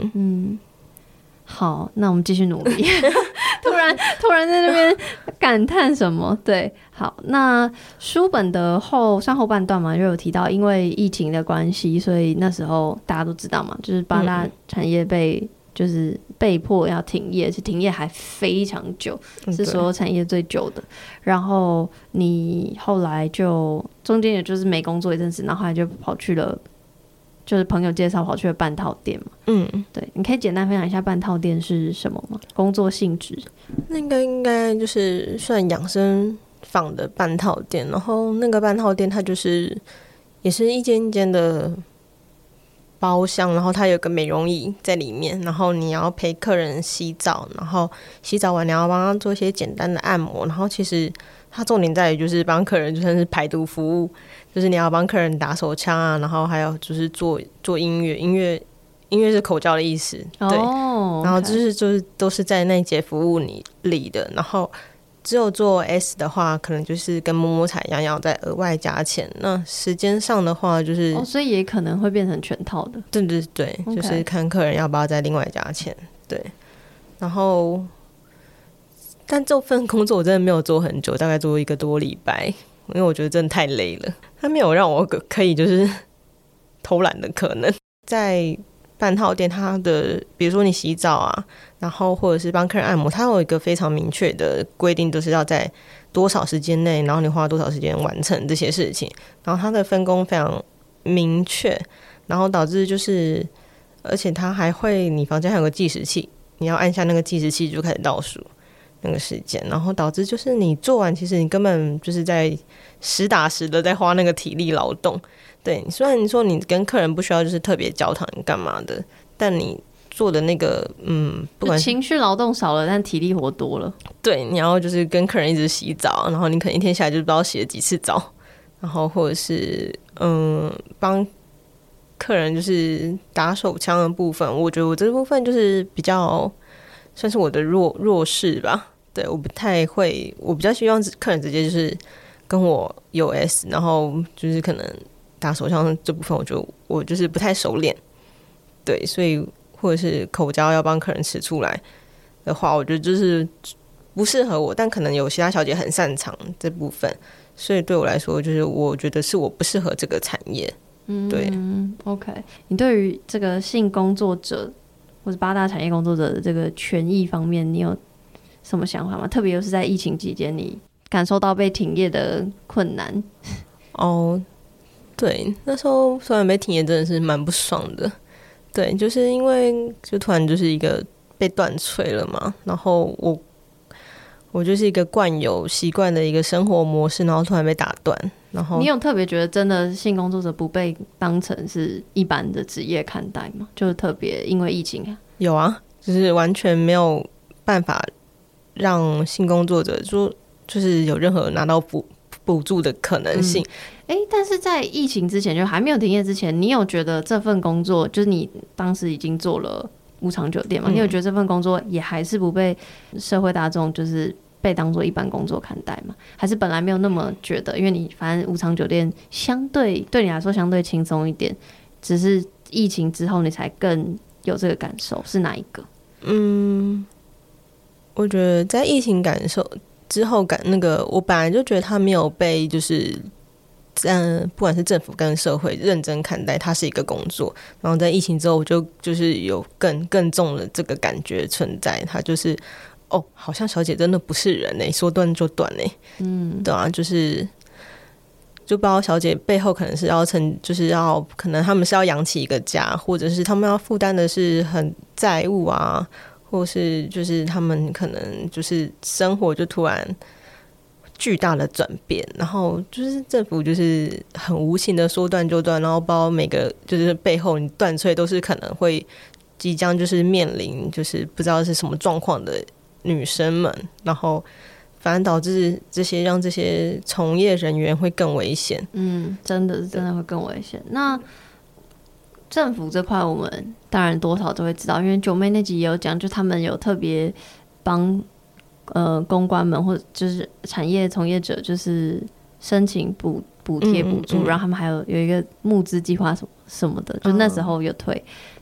好，那我们继续努力。突然在那边感叹什么？对，好，那书本的上后半段嘛，就有提到，因为疫情的关系，所以那时候大家都知道嘛，就是八大产业就是被迫要停业，是停业还非常久，是所有产业最久的。然后你后来就中间也就是没工作一阵子，然后后来就跑去了。就是朋友介绍跑去了半套店嘛，对，你可以简单分享一下半套店是什么吗？工作性质？ 那个应该就是算养生坊的半套店，然后那个半套店它就是也是一间一间的包厢，然后它有个美容椅在里面，然后你要陪客人洗澡，然后洗澡完你要帮他做一些简单的按摩，然后其实它重点在于就是帮客人就算是排毒服务，就是你要帮客人打手枪啊，然后还有就是做音乐是口交的意思，对，然后就是都是在那一节服务里的，然后只有做 S 的话，可能就是跟摸摸彩一样要再额外加钱。那时间上的话，就是所以也可能会变成全套的。 对，就是看客人要不要再另外加钱。对，然后但这份工作我真的没有做很久，大概做1个多礼拜，因为我觉得真的太累了，它没有让我可以就是偷懒的可能。在半套店，它的比如说你洗澡啊，然后或者是帮客人按摩，它有一个非常明确的规定，都是要在多少时间内，然后你花多少时间完成这些事情，然后它的分工非常明确，然后导致就是而且它还会你房间还有个计时器，你要按下那个计时器就开始倒数那个时间，然后导致就是你做完其实你根本就是在实打实的在花那个体力劳动。对，虽然你说你跟客人不需要就是特别交谈干嘛的，但你做的那个不管情绪劳动少了，但体力活多了。 对，你要就是跟客人一直洗澡，然后你可能一天下来就不知道洗了几次澡，然后或者是帮客人就是打手枪的部分，我觉得我这部分就是比较算是我的弱势吧。对，我不太会，我比较希望客人直接就是跟我有 S， 然后就是可能打手枪这部分，我就是不太熟练。对，所以或者是口交要帮客人吃出来的话，我觉得就是不适合我，但可能有其他小姐很擅长这部分，所以对我来说，就是我觉得是我不适合这个产业。对 ，OK， 你对于这个性工作者或者八大产业工作者的这个权益方面，你有什么想法吗？特别又是在疫情期间，你感受到被停业的困难。 对，那时候虽然被停业，真的是蛮不爽的。对，就是因为就突然就是一个被断炊了嘛，然后我就是一个惯有习惯的一个生活模式，然后突然被打断。然后你有特别觉得真的性工作者不被当成是一般的职业看待吗？就是特别因为疫情啊？ 有啊，就是完全没有办法让性工作者就是有任何拿到补助的可能性。 但是在疫情之前，就还没有停业之前，你有觉得这份工作，就是你当时已经做了无偿酒店嘛？你有觉得这份工作也还是不被社会大众就是被当作一般工作看待吗？还是本来没有那么觉得？因为你反正无偿酒店相对对你来说相对轻松一点，只是疫情之后你才更有这个感受，是哪一个？ 我觉得在疫情感受之后那个我本来就觉得他没有被就是不管是政府跟社会认真看待它是一个工作，然后在疫情之后我就是有更重的这个感觉存在，它就是好像小姐真的不是人欸，说断就断欸。对啊，就包括小姐背后可能是就是可能他们是要养起一个家，或者是他们要负担的是很债务啊，或是就是他们可能就是生活就突然巨大的转变，然后就是政府就是很无情的说断就断，然后包括每个就是背后你断炊都是可能会即将就是面临就是不知道是什么状况的女生们，然后反而导致让这些从业人员会更危险。 真的会更危险。那政府这块我们当然多少都会知道，因为九妹那集也有讲，就他们有特别帮公关们或者就是产业从业者就是申请补贴补助，然后他们还有一个募资计划什么的，就那时候有推。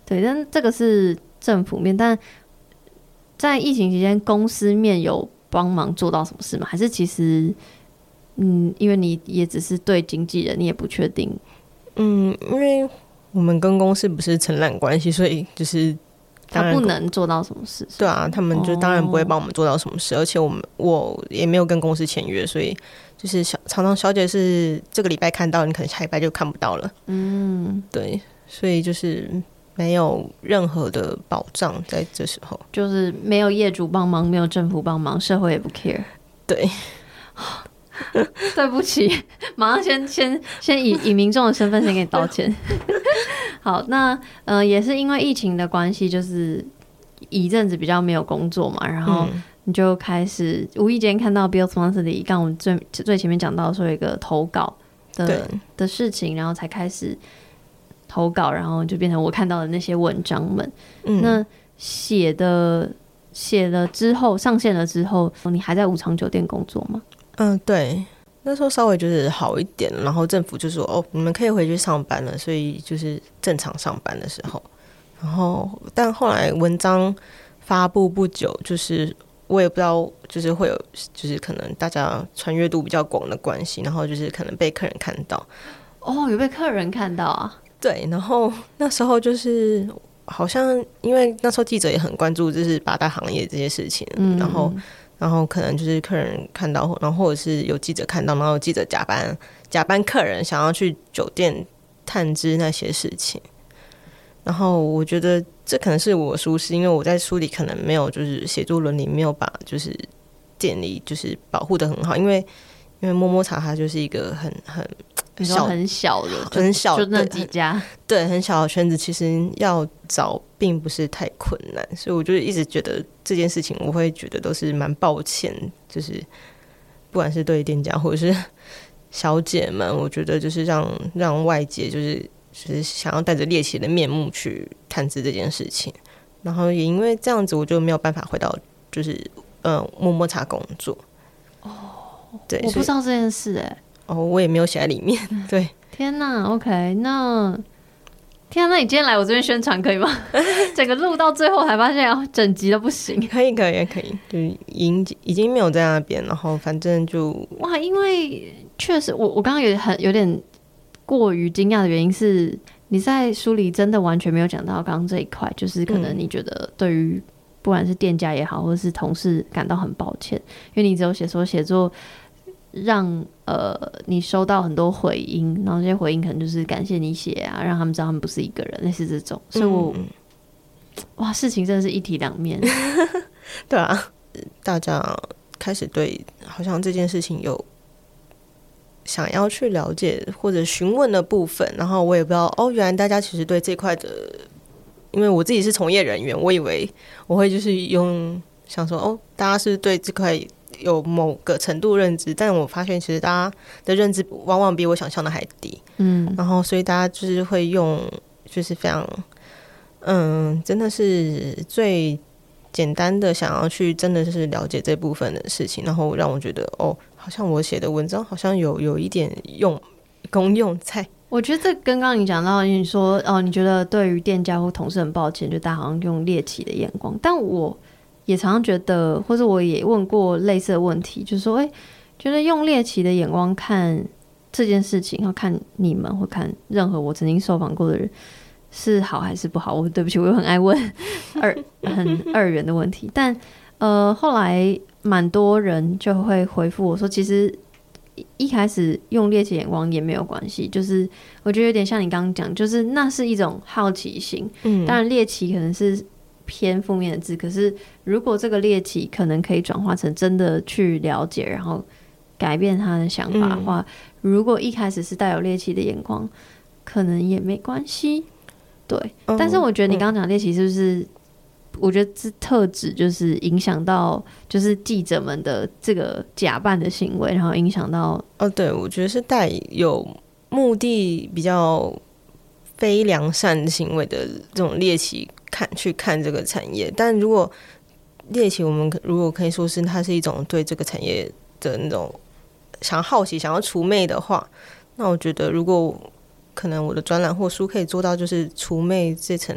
对，但这个是政府面，但在疫情期间，公司面有帮忙做到什么事吗？还是其实，因为你也只是对经纪人，你也不确定。 因为我们跟公司不是承揽关系，所以就是他不能做到什么事。 对啊，他们就当然不会帮我们做到什么事，而且我也没有跟公司签约，所以就是常常小姐是这个礼拜看到，你可能下礼拜就看不到了。对，所以就是没有任何的保障在这时候， 就是没有业主帮忙，没有政府帮忙，社会也不 care。 对。 对不起，马上先以民众的身份先给你道歉。好，那也是因为疫情的关系，就是一阵子比较没有工作嘛，然后你就开始无意间看到 Bill Monthly， 刚我们最前面讲到说有一个投稿的事情，然后才开始投稿，然后就变成我看到的那些文章们。那写了之后，上线了之后，你还在五常酒店工作吗？ 对，那时候稍微就是好一点，然后政府就说你们可以回去上班了，所以就是正常上班的时候。然后但后来文章发布不久，就是我也不知道，就是会有就是可能大家传阅度比较广的关系，然后就是可能被客人看到。 有被客人看到啊？ 对，然后那时候就是好像因为那时候记者也很关注就是八大行业这些事情，然后可能就是客人看到，然后或者是有记者看到，然后有记者假扮客人想要去酒店探知那些事情。然后我觉得这可能是我疏失，因为我在书里可能没有就是写作伦理没有把就是店里就是保护得很好，因为摸摸茶它就是一个很小的就那几家， 对，很小的圈子，其实要找并不是太困难，所以我就一直觉得这件事情，我会觉得都是蛮抱歉，就是不管是对店家或者是小姐们，我觉得就是让外界就是想要带着猎奇的面目去探知这件事情，然后也因为这样子，我就没有办法回到就是摸摸茶工作。对， 我不知道这件事我也没有写在里面。对， 天哪 ，OK， 那你今天来我这边宣传可以吗？整个录到最后才发现整集都不行。 可以，就已经没有在那边，然后反正就哇，因为确实我刚刚有点过于惊讶的原因是，你在书里真的完全没有讲到刚刚这一块，就是可能你觉得对于不管是店家也好，或者是同事感到很抱歉，因为你只有写作让你收到很多回音，然后这些回音可能就是感谢你写啊，让他们知道他们不是一个人，类似这种。所以哇，事情真的是一体两面。 对啊，大家开始对好像这件事情有想要去了解或者询问的部分，然后我也不知道原来大家其实对这块的，因为我自己是从业人员，我以为我会就是想说大家是对这块有某个程度认知，但我发现其实大家的认知往往比我想象的还低。然后所以大家就是会用就是非常真的是最简单的想要去真的是了解这部分的事情，然后让我觉得好像我写的文章好像有一点功用在。 我觉得这跟刚刚你讲到你说你觉得对于店家或同事很抱歉，就大家好像用猎奇的眼光，但我也常常觉得，或者我也问过类似的问题，就是说觉得用猎奇的眼光看这件事情，要看你们或看任何我曾经受访过的人是好还是不好。对不起，我又很爱问很二元的问题，但后来蛮多人就会回复我说，其实一开始用猎奇眼光也没有关系，就是我觉得有点像你刚刚讲，就是那是一种好奇心。当然猎奇可能是偏负面的字，可是如果这个猎奇可能可以转化成真的去了解，然后改变他的想法的话，如果一开始是带有猎奇的眼光，可能也没关系。对，但是我觉得你刚刚讲猎奇是不是？我觉得这特质就是影响到就是记者们的这个假扮的行为，然后影响到对，我觉得是带有目的比较非良善的行为的这种猎奇去看这个产业。但如果猎奇我们如果可以说是它是一种对这个产业的那种想要好奇想要除魅的话，那我觉得如果可能我的专栏或书可以做到就是除魅这层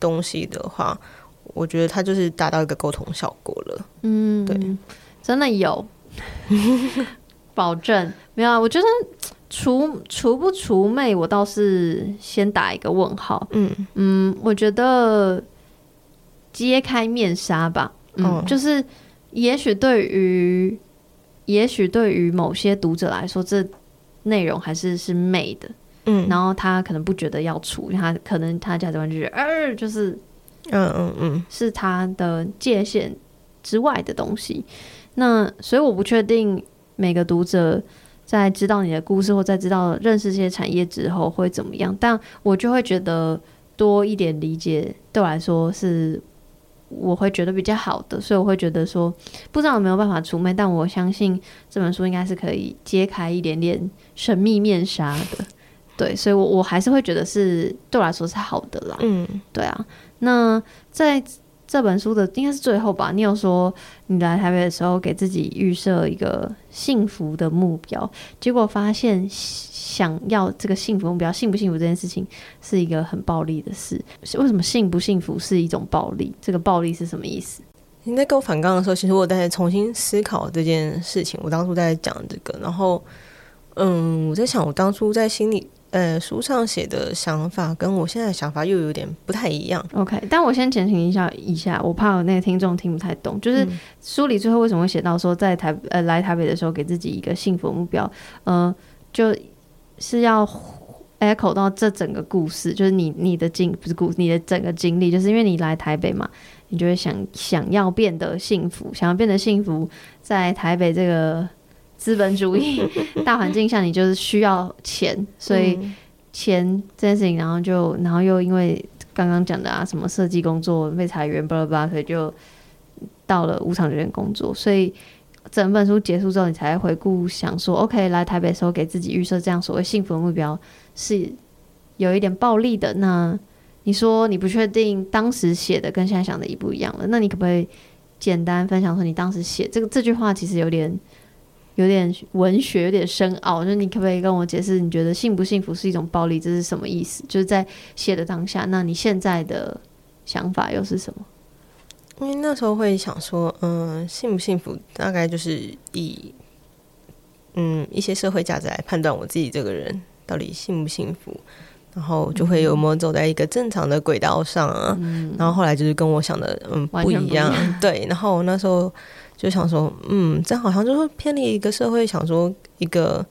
东西的话，我觉得它就是达到一个沟通效果了。对， 真的有保证没有啊？我觉得除不除魅，我倒是先打一个问号。我觉得揭开面纱吧。就是也许对于某些读者来说，这内容还是美的。然后他可能不觉得要除，他可能他价值观就觉得就是是他的界限之外的东西。那所以我不确定每个读者在知道你的故事或在认识这些产业之后会怎么样，但我就会觉得多一点理解对我来说是我会觉得比较好的。所以我会觉得说不知道有没有办法除魅，但我相信这本书应该是可以揭开一点点神秘面纱的。对，所以我还是会觉得是对我来说是好的啦。对啊。那在这本书的应该是最后吧，你有说你来台北的时候给自己预设一个幸福的目标，结果发现想要这个幸福目标，幸不幸福这件事情是一个很暴力的事。为什么幸不幸福是一种暴力？这个暴力是什么意思？ 你在跟我反纲的时候，其实我在重新思考这件事情。我当初在讲这个，然后我在想我当初在书上写的想法跟我现在的想法又有点不太一样。 OK， 但我先前情一下，我怕我那个听众听不太懂。就是书里最后为什么会写到说在来台北的时候给自己一个幸福的目标，就是要 echo 到这整个故事，就是你的你的整个经历，就是因为你来台北嘛，你就会想要变得幸福，想要变得幸福，在台北这个资本主义大环境下，你就是需要钱，所以钱这件事情，然后又因为刚刚讲的什么设计工作被裁员巴拉巴拉，所以就到了无偿酒店工作。所以整本书结束之后，你才回顾想说 OK， 来台北的时候给自己预设这样所谓幸福的目标是有一点暴力的。那你说你不确定当时写的跟现在想的一不一样了，那你可不可以简单分享说你当时写这句话其实有点文学，有点深奥，就是你可不可以跟我解释，你觉得幸不幸福是一种暴力，这是什么意思？就是在写的当下，那你现在的想法又是什么？ 因为那时候会想说，幸不幸福大概就是以一些社会价值来判断我自己这个人到底幸不幸福，然后就会有没有走在一个正常的轨道上啊。然后后来就是跟我想的不一样。对，然后那时候就想说这样好像就是偏离一个社会，想说一个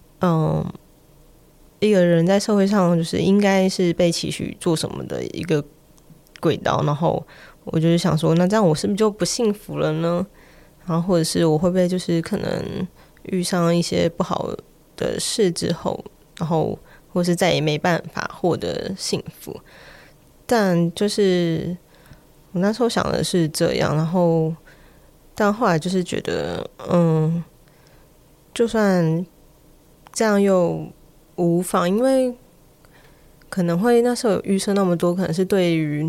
人在社会上就是应该是被期许做什么的一个轨道。然后我就是想说，那这样我是不是就不幸福了呢？然后或者是我会不会就是可能遇上一些不好的事之后，然后或是再也没办法获得幸福。但就是我那时候想的是这样，然后但后来就是觉得就算这样又无妨，因为可能会那时候有预设那么多，可能是对于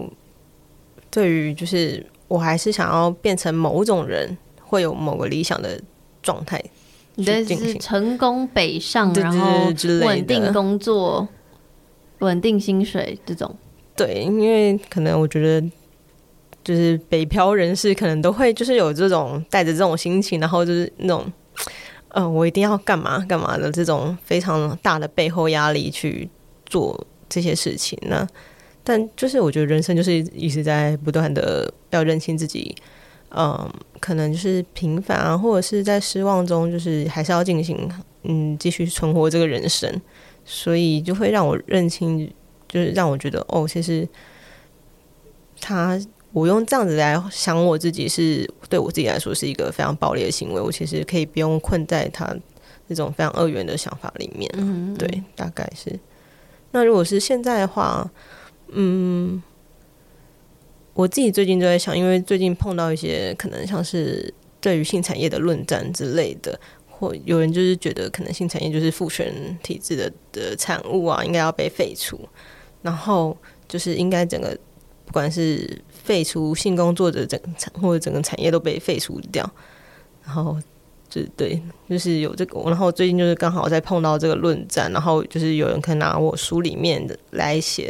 就是我还是想要变成某种人，会有某个理想的状态。 你的是成功北上，然后稳定工作、稳定薪水这种。 对，因为可能我觉得就是北漂人士可能都会就是有这种带着这种心情，然后就是那种我一定要干嘛干嘛的这种非常大的背后压力去做这些事情。但就是我觉得人生就是一直在不断的要认清自己，可能就是平凡啊，或者是在失望中，就是还是要进行继续存活这个人生。所以就会让我认清，就是让我觉得其实我用这样子来想我自己，是对我自己来说是一个非常暴力的行为。我其实可以不用困在他这种非常二元的想法里面。对，大概是。那如果是现在的话，我自己最近就在想，因为最近碰到一些可能像是对于性产业的论战之类的，或有人就是觉得可能性产业就是父权体制的产物啊，应该要被废除，然后就是应该整个不管是废除性工作者或者整个产业都被废除掉，然后对，就是有这个。然后最近就是刚好在碰到这个论战，然后就是有人可以拿我书里面的来写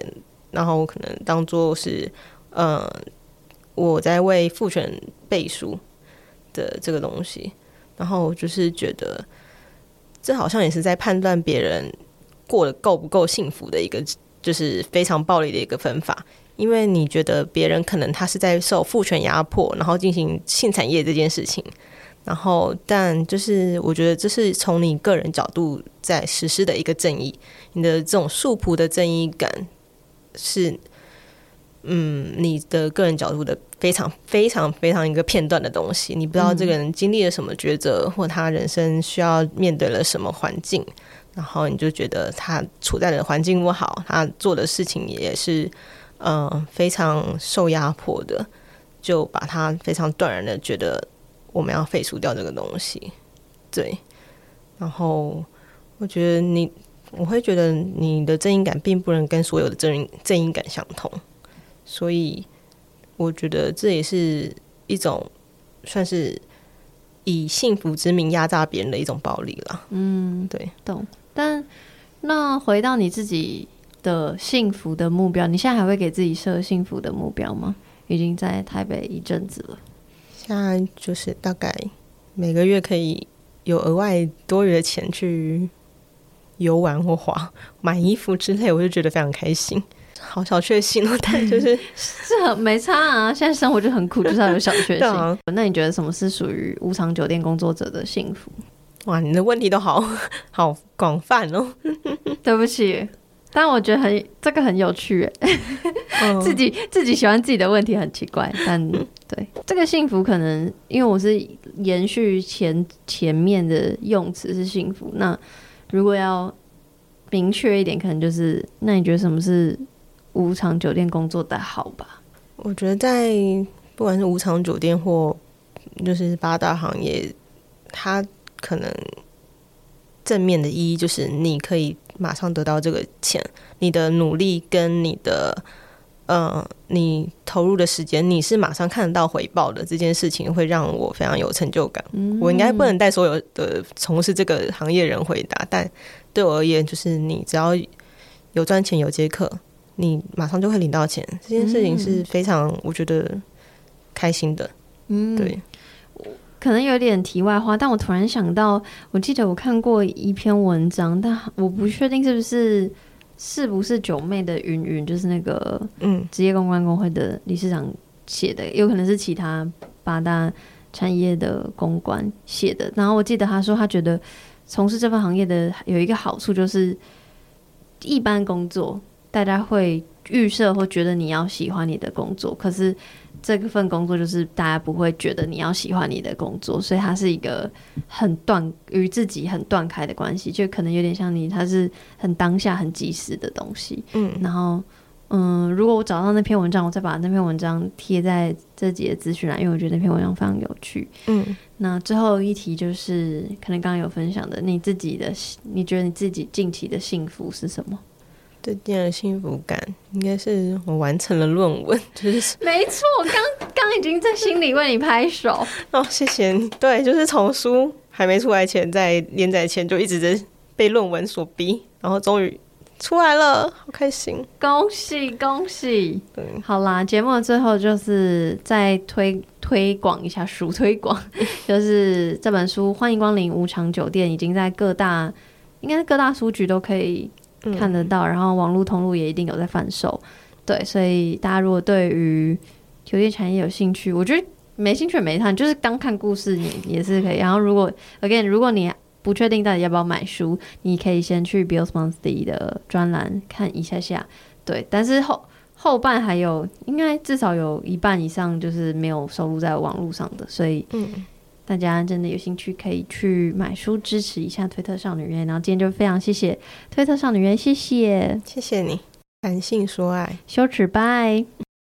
然后可能当做是我在为父权背书的这个东西，然后就是觉得这好像也是在判断别人过得够不够幸福的一个，就是非常暴力的一个分法。因为你觉得别人可能他是在受父权压迫，然后进行性产业这件事情，然后但就是我觉得这是从你个人角度在实施的一个正义，你的这种束缚的正义感是你的个人角度的非常非常非常一个片段的东西，你不知道这个人经历了什么抉择，或他人生需要面对了什么环境，然后你就觉得他处在的环境不好，他做的事情也是非常受压迫的，就把他非常断然的觉得我们要废除掉这个东西。对，然后我会觉得你的正义感并不能跟所有的正义感相同，所以我觉得这也是一种算是以幸福之名压榨别人的一种暴力啦。对， 懂。但那回到你自己的幸福的目标，你现在还会给自己设幸福的目标吗？已经在台北一阵子了， 现在就是大概每个月可以有额外多余的钱去游玩或买衣服之类，我就觉得非常开心。好小确幸哦，但就是是很没差啊。现在生活就很苦，就是要有小确幸。那你觉得什么是属于无偿酒店工作者的幸福？ 哇，你的问题都好广泛哦。 对不起，但我觉得这个很有趣耶。自己喜欢自己的问题很奇怪，但对这个幸福可能因为我是延续前面的用词是幸福，那如果要明确一点，可能就是那你觉得什么是无偿酒店工作的好吧？ 我觉得在不管是无偿酒店或就是八大行业，它可能正面的意义就是你可以马上得到这个钱，你的努力跟你的你投入的时间你是马上看得到回报的，这件事情会让我非常有成就感。我应该不能带所有的从事这个行业人回答，但对我而言就是你只要有赚钱有接客，你马上就会领到钱，这件事情是非常我觉得开心的。对， 可能有点题外话，但我突然想到，我记得我看过一篇文章，但我不确定是不是九妹的云云，就是那个职业公关工会的理事长写的，有可能是其他八大产业的公关写的。然后我记得他说，他觉得从事这份行业的有一个好处就是，一般工作大家会预设或觉得你要喜欢你的工作，可是这份工作就是大家不会觉得你要喜欢你的工作，所以它是一个与自己很断开的关系，就可能有点像它是很当下很及时的东西。然后如果我找到那篇文章，我再把那篇文章贴在这集的资讯栏，因为我觉得那篇文章非常有趣。那最后一题就是可能刚刚有分享的，你觉得你自己近期的幸福是什么？ 最近的幸福感应该是我完成了论文，就是没错，我刚已经在心里为你拍手。 谢谢你。对，就是从书还没出来前，在连载前就一直在被论文所逼，然后终于出来了，好开心！ 恭喜恭喜！好啦，节目的最后就是再推广一下书推广，就是这本书《欢迎光临无偿酒店》已经在应该是各大书局都可以看得到，然后网络通路也一定有在贩售。对，所以大家如果对于酒店产业有兴趣，我觉得没兴趣也没看，就是当看故事你也是可以。然后如果你不确定到底要不要买书，你可以先去 Bills Monthly 的专栏看一下下。对，但是后半还有应该至少有一半以上就是没有收录在网络上的，所以大家真的有兴趣可以去买书支持一下推特少女约。然后今天就非常谢谢推特少女约，谢谢你，谈性说爱， 羞耻拜。